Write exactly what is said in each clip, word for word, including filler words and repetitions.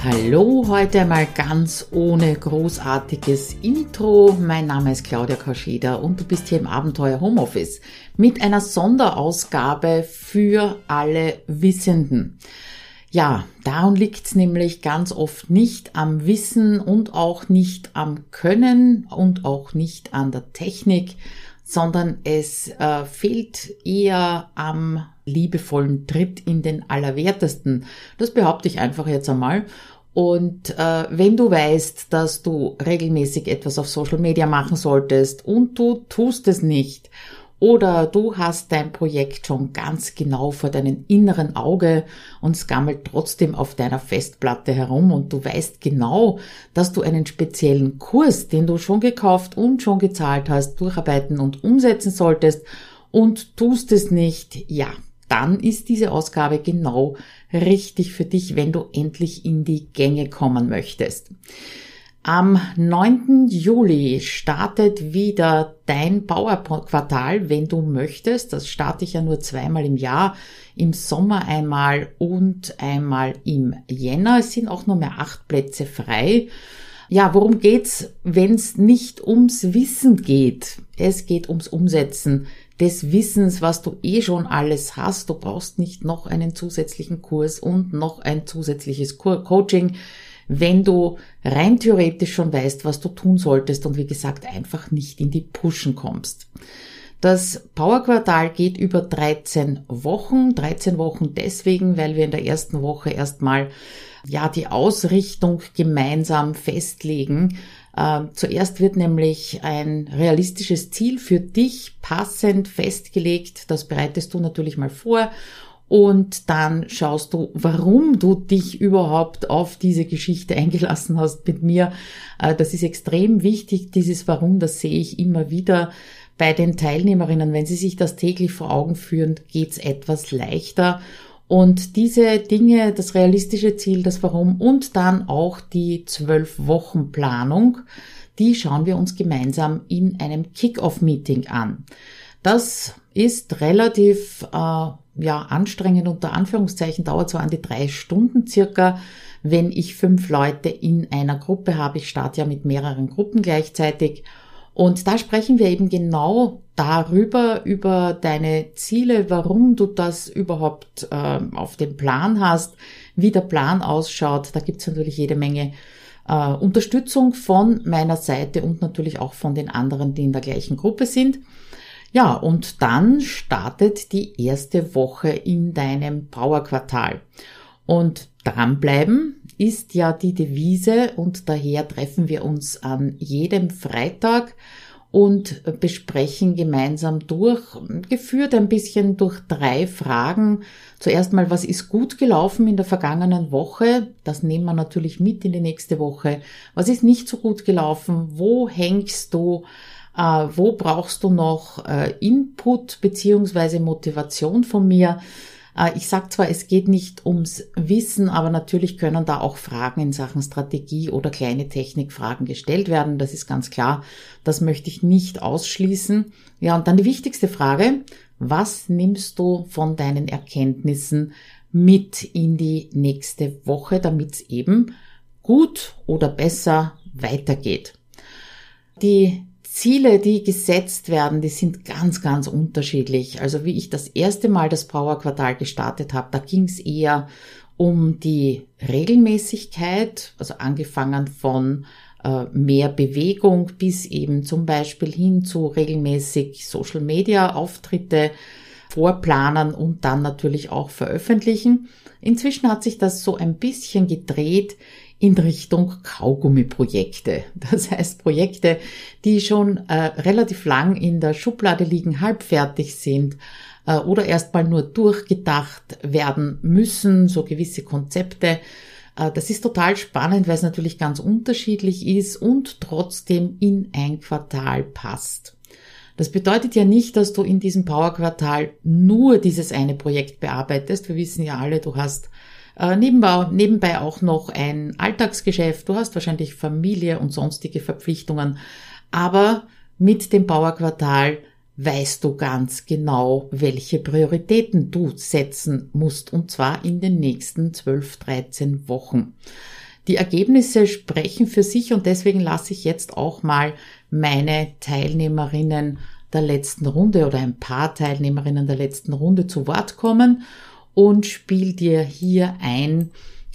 Hallo, heute mal ganz ohne großartiges Intro. Mein Name ist Claudia Kauscheder und du bist hier im Abenteuer Homeoffice mit einer Sonderausgabe für alle Wissenden. Ja, darum liegt's nämlich ganz oft nicht am Wissen und auch nicht am Können und auch nicht an der Technik, sondern es äh, fehlt eher am liebevollen Tritt in den Allerwertesten. Das behaupte ich einfach jetzt einmal. Und äh, wenn du weißt, dass du regelmäßig etwas auf Social Media machen solltest und du tust es nicht, oder du hast dein Projekt schon ganz genau vor deinem inneren Auge und es gammelt trotzdem auf deiner Festplatte herum und du weißt genau, dass du einen speziellen Kurs, den du schon gekauft und schon gezahlt hast, durcharbeiten und umsetzen solltest und tust es nicht, ja, dann ist diese Ausgabe genau richtig für dich, wenn du endlich in die Gänge kommen möchtest. Am neunten Juli startet wieder dein Powerquartal, wenn du möchtest. Das starte ich ja nur zweimal im Jahr, im Sommer einmal und einmal im Jänner. Es sind auch nur mehr acht Plätze frei. Ja, worum geht's, wenn es nicht ums Wissen geht? Es geht ums Umsetzen des Wissens, was du eh schon alles hast. Du brauchst nicht noch einen zusätzlichen Kurs und noch ein zusätzliches Coaching, wenn du rein theoretisch schon weißt, was du tun solltest und wie gesagt einfach nicht in die Pushen kommst. Das Powerquartal geht über dreizehn Wochen. dreizehn Wochen deswegen, weil wir in der ersten Woche erstmal ja die Ausrichtung gemeinsam festlegen. Äh, zuerst wird nämlich ein realistisches Ziel für dich passend festgelegt. Das bereitest du natürlich mal vor. Und dann schaust du, warum du dich überhaupt auf diese Geschichte eingelassen hast mit mir. Das ist extrem wichtig, dieses Warum, das sehe ich immer wieder bei den Teilnehmerinnen. Wenn sie sich das täglich vor Augen führen, geht's etwas leichter. Und diese Dinge, das realistische Ziel, das Warum und dann auch die zwölf-Wochen-Planung, die schauen wir uns gemeinsam in einem Kick-Off-Meeting an. Das ist relativ äh, ja anstrengend unter Anführungszeichen, dauert so an die drei Stunden circa, wenn ich fünf Leute in einer Gruppe habe. Ich starte ja mit mehreren Gruppen gleichzeitig und da sprechen wir eben genau darüber, über deine Ziele, warum du das überhaupt äh, auf dem Plan hast, wie der Plan ausschaut. Da gibt's natürlich jede Menge äh, Unterstützung von meiner Seite und natürlich auch von den anderen, die in der gleichen Gruppe sind. Ja, und dann startet die erste Woche in deinem Powerquartal. Und dranbleiben ist ja die Devise und daher treffen wir uns an jedem Freitag und besprechen gemeinsam durch, geführt ein bisschen durch drei Fragen. Zuerst mal, was ist gut gelaufen in der vergangenen Woche? Das nehmen wir natürlich mit in die nächste Woche. Was ist nicht so gut gelaufen? Wo hängst du? Uh, wo brauchst du noch uh, Input beziehungsweise Motivation von mir? Uh, ich sage zwar, es geht nicht ums Wissen, aber natürlich können da auch Fragen in Sachen Strategie oder kleine Technikfragen gestellt werden. Das ist ganz klar. Das möchte ich nicht ausschließen. Ja, und dann die wichtigste Frage. Was nimmst du von deinen Erkenntnissen mit in die nächste Woche, damit es eben gut oder besser weitergeht? Die Ziele, die gesetzt werden, die sind ganz, ganz unterschiedlich. Also wie ich das erste Mal das Powerquartal gestartet habe, da ging es eher um die Regelmäßigkeit, also angefangen von äh, mehr Bewegung bis eben zum Beispiel hin zu regelmäßig Social-Media-Auftritte vorplanen und dann natürlich auch veröffentlichen. Inzwischen hat sich das so ein bisschen gedreht in Richtung Kaugummi-Projekte. Das heißt Projekte, die schon äh, relativ lang in der Schublade liegen, halbfertig sind äh, oder erstmal nur durchgedacht werden müssen, so gewisse Konzepte. Äh, das ist total spannend, weil es natürlich ganz unterschiedlich ist und trotzdem in ein Quartal passt. Das bedeutet ja nicht, dass du in diesem Powerquartal nur dieses eine Projekt bearbeitest. Wir wissen ja alle, du hast Äh, nebenbei, nebenbei auch noch ein Alltagsgeschäft, du hast wahrscheinlich Familie und sonstige Verpflichtungen, aber mit dem Powerquartal weißt du ganz genau, welche Prioritäten du setzen musst, und zwar in den nächsten zwölf, dreizehn Wochen. Die Ergebnisse sprechen für sich und deswegen lasse ich jetzt auch mal meine Teilnehmerinnen der letzten Runde oder ein paar Teilnehmerinnen der letzten Runde zu Wort kommen und spiele dir hier ein,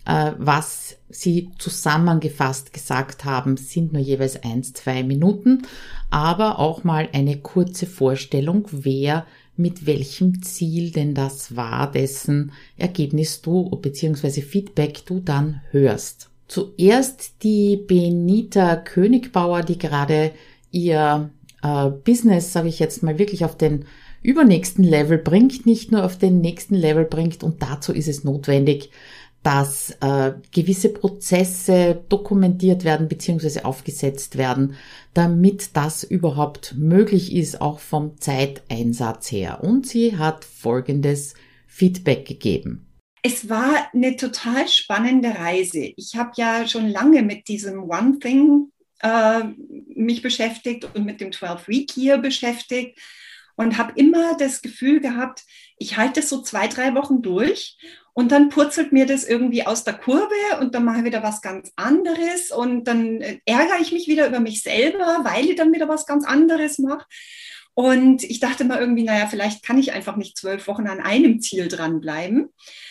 was sie zusammengefasst gesagt haben, sind nur jeweils eins, zwei Minuten, aber auch mal eine kurze Vorstellung, wer mit welchem Ziel denn das war, dessen Ergebnis du bzw. Feedback du dann hörst. Zuerst die Benita Königbauer, die gerade ihr äh, Business, sage ich jetzt mal, wirklich auf den übernächsten Level bringt, nicht nur auf den nächsten Level bringt, und dazu ist es notwendig, dass äh, gewisse Prozesse dokumentiert werden bzw. aufgesetzt werden, damit das überhaupt möglich ist, auch vom Zeiteinsatz her. Und sie hat folgendes Feedback gegeben. Es war eine total spannende Reise. Ich habe ja schon lange mit diesem One Thing äh, mich beschäftigt und mit dem zwölf Week Year beschäftigt und habe immer das Gefühl gehabt, ich halte es so zwei, drei Wochen durch und dann purzelt mir das irgendwie aus der Kurve und dann mache ich wieder was ganz anderes und dann ärgere ich mich wieder über mich selber, weil ich dann wieder was ganz anderes mache. Und ich dachte mal irgendwie, naja, vielleicht kann ich einfach nicht zwölf Wochen an einem Ziel dranbleiben.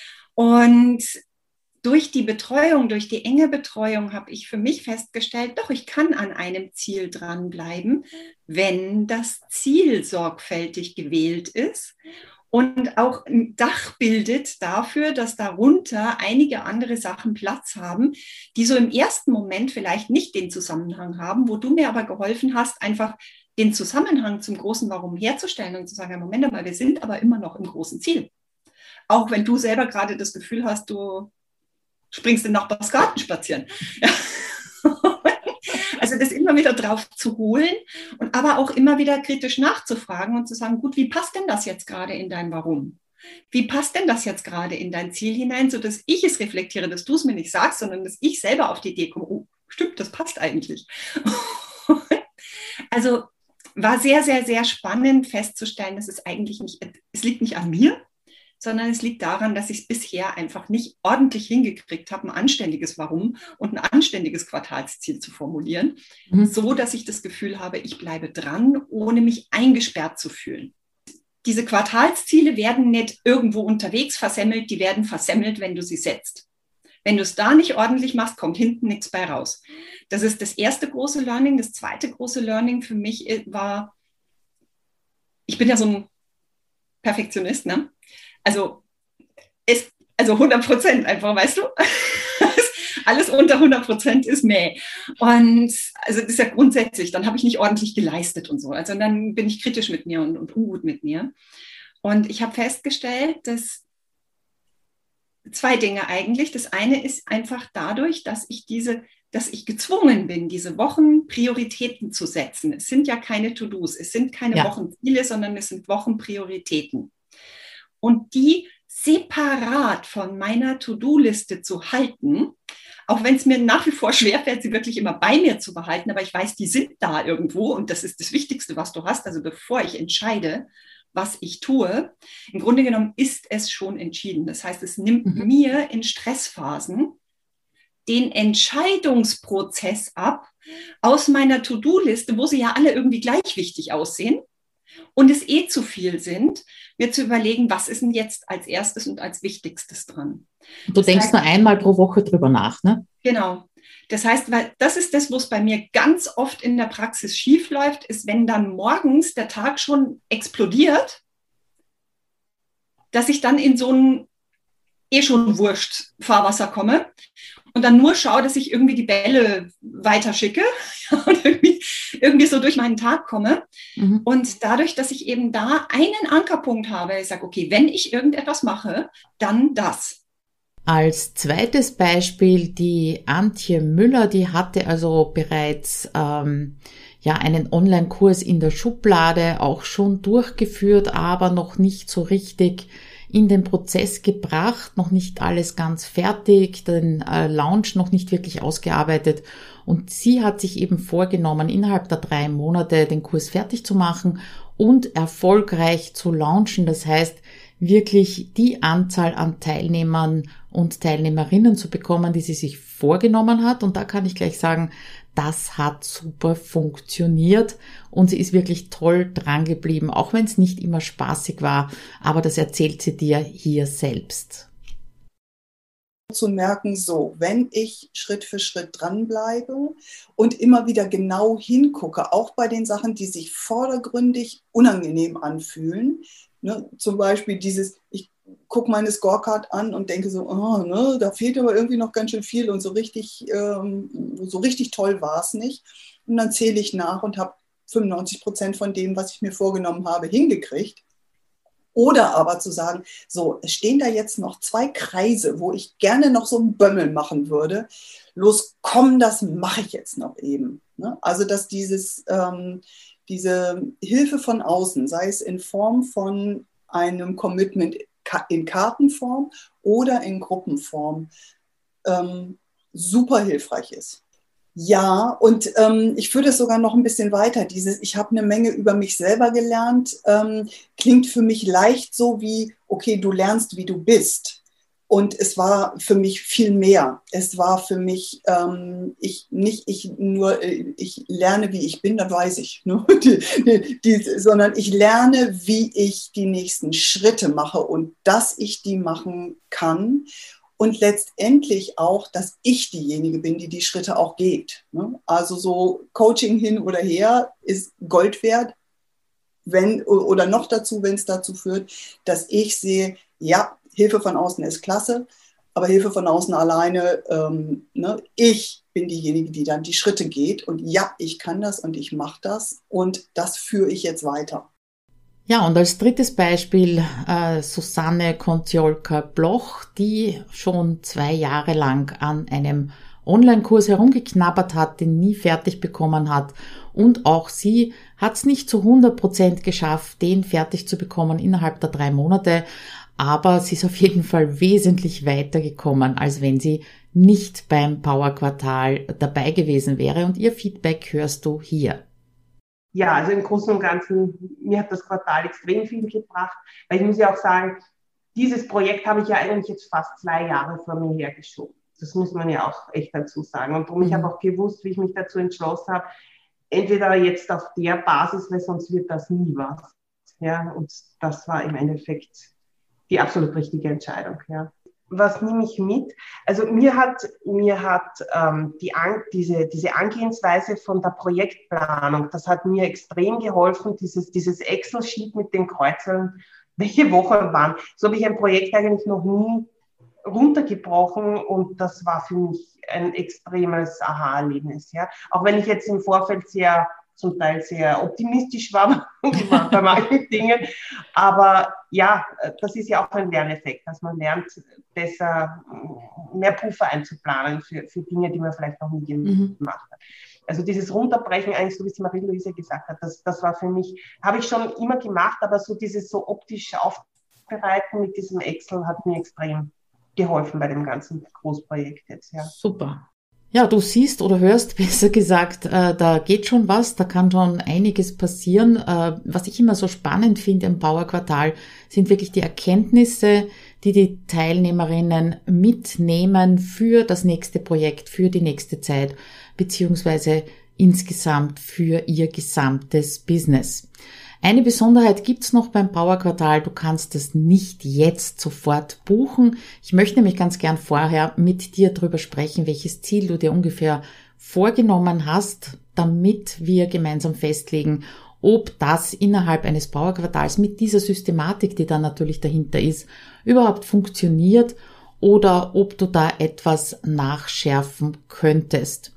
Und durch die Betreuung, durch die enge Betreuung habe ich für mich festgestellt, doch, ich kann an einem Ziel dranbleiben, wenn das Ziel sorgfältig gewählt ist und auch ein Dach bildet dafür, dass darunter einige andere Sachen Platz haben, die so im ersten Moment vielleicht nicht den Zusammenhang haben, wo du mir aber geholfen hast, einfach den Zusammenhang zum großen Warum herzustellen und zu sagen, Moment mal, wir sind aber immer noch im großen Ziel. Auch wenn du selber gerade das Gefühl hast, du springst in den Nachbarsgarten spazieren. Ja. Also das immer wieder drauf zu holen und aber auch immer wieder kritisch nachzufragen und zu sagen, gut, wie passt denn das jetzt gerade in dein Warum? Wie passt denn das jetzt gerade in dein Ziel hinein, sodass ich es reflektiere, dass du es mir nicht sagst, sondern dass ich selber auf die Idee komme, oh, stimmt, das passt eigentlich. Also war sehr, sehr, sehr spannend festzustellen, dass es eigentlich nicht, es liegt nicht an mir, sondern es liegt daran, dass ich es bisher einfach nicht ordentlich hingekriegt habe, ein anständiges Warum und ein anständiges Quartalsziel zu formulieren, mhm. so dass ich das Gefühl habe, ich bleibe dran, ohne mich eingesperrt zu fühlen. Diese Quartalsziele werden nicht irgendwo unterwegs versemmelt, die werden versemmelt, wenn du sie setzt. Wenn du es da nicht ordentlich machst, kommt hinten nichts bei raus. Das ist das erste große Learning. Das zweite große Learning für mich war, ich bin ja so ein Perfektionist, ne? Also, es, also hundert Prozent einfach, weißt du? Alles unter hundert Prozent ist mäh. Und also das ist ja grundsätzlich, dann habe ich nicht ordentlich geleistet und so. Also dann bin ich kritisch mit mir und, und ungut mit mir. Und ich habe festgestellt, dass zwei Dinge eigentlich. Das eine ist einfach dadurch, dass ich diese, dass ich gezwungen bin, diese Wochen Prioritäten zu setzen. Es sind ja keine To-Dos, es sind keine ja. Wochenziele, sondern es sind Wochenprioritäten. Und die separat von meiner To-Do-Liste zu halten, auch wenn es mir nach wie vor schwerfällt, sie wirklich immer bei mir zu behalten, aber ich weiß, die sind da irgendwo und das ist das Wichtigste, was du hast. Also bevor ich entscheide, was ich tue, im Grunde genommen ist es schon entschieden. Das heißt, es nimmt mhm. mir in Stressphasen den Entscheidungsprozess ab aus meiner To-Do-Liste, wo sie ja alle irgendwie gleich wichtig aussehen und es eh zu viel sind, mir zu überlegen, was ist denn jetzt als erstes und als wichtigstes dran. Du das denkst heißt, nur einmal pro Woche drüber nach, ne? Genau. Das heißt, weil das ist das, wo es bei mir ganz oft in der Praxis schief läuft, ist, wenn dann morgens der Tag schon explodiert, dass ich dann in so ein eh schon wurscht Fahrwasser komme und dann nur schaue, dass ich irgendwie die Bälle weiterschicke und irgendwie, irgendwie so durch meinen Tag komme. Mhm. Und dadurch, dass ich eben da einen Ankerpunkt habe, ich sage, okay, wenn ich irgendetwas mache, dann das. Als zweites Beispiel die Antje Müller, die hatte also bereits ähm, ja einen Online-Kurs in der Schublade auch schon durchgeführt, aber noch nicht so richtig in den Prozess gebracht, noch nicht alles ganz fertig, den äh, Launch noch nicht wirklich ausgearbeitet. Und sie hat sich eben vorgenommen, innerhalb der drei Monate den Kurs fertig zu machen und erfolgreich zu launchen. Das heißt, wirklich die Anzahl an Teilnehmern und Teilnehmerinnen zu bekommen, die sie sich vorgenommen hat. Und da kann ich gleich sagen, das hat super funktioniert und sie ist wirklich toll dran geblieben, auch wenn es nicht immer spaßig war. Aber das erzählt sie dir hier selbst. Zu merken, so, wenn ich Schritt für Schritt dranbleibe und immer wieder genau hingucke, auch bei den Sachen, die sich vordergründig unangenehm anfühlen, ne, zum Beispiel dieses, ich gucke meine Scorecard an und denke so, oh, ne, da fehlt aber irgendwie noch ganz schön viel und so richtig, ähm, so richtig toll war es nicht. Und dann zähle ich nach und habe fünfundneunzig Prozent von dem, was ich mir vorgenommen habe, hingekriegt. Oder aber zu sagen, so, es stehen da jetzt noch zwei Kreise, wo ich gerne noch so einen Bömmel machen würde. Los, komm, das mache ich jetzt noch eben. Ne? Also, dass dieses, ähm, diese Hilfe von außen, sei es in Form von einem Commitment in Kartenform oder in Gruppenform, ähm, super hilfreich ist. Ja, und ähm, ich führe das sogar noch ein bisschen weiter. Dieses, ich habe eine Menge über mich selber gelernt, ähm, klingt für mich leicht so wie, okay, du lernst, wie du bist. Und es war für mich viel mehr. Es war für mich, ähm, ich nicht ich nur, ich lerne, wie ich bin, das weiß ich, ne? die, die, die, sondern ich lerne, wie ich die nächsten Schritte mache und dass ich die machen kann. Und letztendlich auch, dass ich diejenige bin, die die Schritte auch geht. Also so Coaching hin oder her ist Gold wert, wenn, oder noch dazu, wenn es dazu führt, dass ich sehe, ja, Hilfe von außen ist klasse, aber Hilfe von außen alleine, ähm, ne, ich bin diejenige, die dann die Schritte geht. Und ja, ich kann das und ich mache das und das führe ich jetzt weiter. Ja, und als drittes Beispiel äh, Susanne Kontiolka-Bloch, die schon zwei Jahre lang an einem Online-Kurs herumgeknabbert hat, den nie fertig bekommen hat. Und auch sie hat es nicht zu hundert Prozent geschafft, den fertig zu bekommen innerhalb der drei Monate. Aber sie ist auf jeden Fall wesentlich weiter gekommen, als wenn sie nicht beim Power-Quartal dabei gewesen wäre. Und ihr Feedback hörst du hier. Ja, also im Großen und Ganzen, mir hat das Quartal extrem viel gebracht, weil ich muss ja auch sagen, dieses Projekt habe ich ja eigentlich jetzt fast zwei Jahre vor mir hergeschoben. Das muss man ja auch echt dazu sagen. Und darum, ich habe auch gewusst, wie ich mich dazu entschlossen habe, entweder jetzt auf der Basis, weil sonst wird das nie was. Ja, und das war im Endeffekt die absolut richtige Entscheidung, ja. Was nehme ich mit? Also mir hat, mir hat ähm, die An- diese, diese Angehensweise von der Projektplanung, das hat mir extrem geholfen, dieses, dieses Excel-Sheet mit den Kreuzeln, welche Wochen waren. So habe ich ein Projekt eigentlich noch nie runtergebrochen und das war für mich ein extremes Aha-Erlebnis. Ja? Auch wenn ich jetzt im Vorfeld sehr zum Teil sehr optimistisch war bei manchen Dingen. Aber ja, das ist ja auch ein Lerneffekt, dass man lernt, besser mehr Puffer einzuplanen für, für Dinge, die man vielleicht noch nie mhm. gemacht hat. Also dieses Runterbrechen, eigentlich so wie es Marie-Louise gesagt hat, das, das war für mich, habe ich schon immer gemacht, aber so dieses so optisch Aufbereiten mit diesem Excel hat mir extrem geholfen bei dem ganzen Großprojekt jetzt. Ja. Super. Ja, du siehst oder hörst, besser gesagt, äh, da geht schon was, da kann schon einiges passieren. Äh, was ich immer so spannend finde im Power-Quartal, sind wirklich die Erkenntnisse, die die Teilnehmerinnen mitnehmen für das nächste Projekt, für die nächste Zeit, beziehungsweise insgesamt für ihr gesamtes Business. Eine Besonderheit gibt's noch beim Power-Quartal, du kannst es nicht jetzt sofort buchen. Ich möchte nämlich ganz gern vorher mit dir drüber sprechen, welches Ziel du dir ungefähr vorgenommen hast, damit wir gemeinsam festlegen, ob das innerhalb eines Power-Quartals mit dieser Systematik, die dann natürlich dahinter ist, überhaupt funktioniert oder ob du da etwas nachschärfen könntest.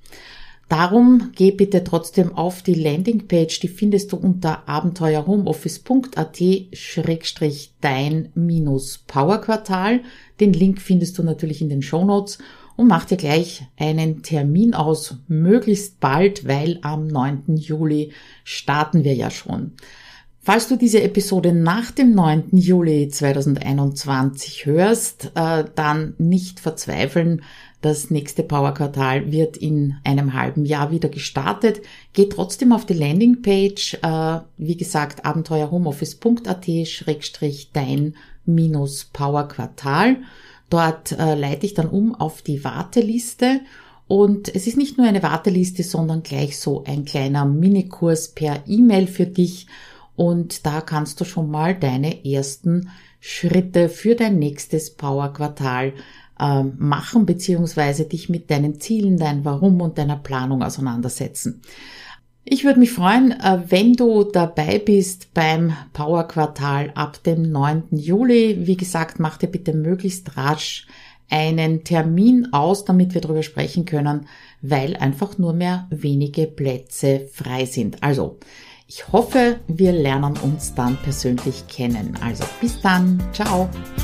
Darum geh bitte trotzdem auf die Landingpage, die findest du unter abenteuerhomeoffice.at schrägstrich dein minus Powerquartal. Den Link findest du natürlich in den Shownotes und mach dir gleich einen Termin aus, möglichst bald, weil am neunten Juli starten wir ja schon. Falls du diese Episode nach dem neunten Juli zweitausendeinundzwanzig hörst, äh, dann nicht verzweifeln. Das nächste Power-Quartal wird in einem halben Jahr wieder gestartet. Geh trotzdem auf die Landingpage, äh, wie gesagt, abenteuerhomeoffice.at schrägstrich dein minus Power-Quartal. Dort äh, leite ich dann um auf die Warteliste. Und es ist nicht nur eine Warteliste, sondern gleich so ein kleiner Minikurs per E-Mail für dich. Und da kannst du schon mal deine ersten Schritte für dein nächstes Power-Quartal äh, machen, beziehungsweise dich mit deinen Zielen, dein Warum und deiner Planung auseinandersetzen. Ich würde mich freuen, wenn du dabei bist beim Power-Quartal ab dem neunten Juli. Wie gesagt, mach dir bitte möglichst rasch einen Termin aus, damit wir darüber sprechen können, weil einfach nur mehr wenige Plätze frei sind. Also, ich hoffe, wir lernen uns dann persönlich kennen. Also, bis dann. Ciao.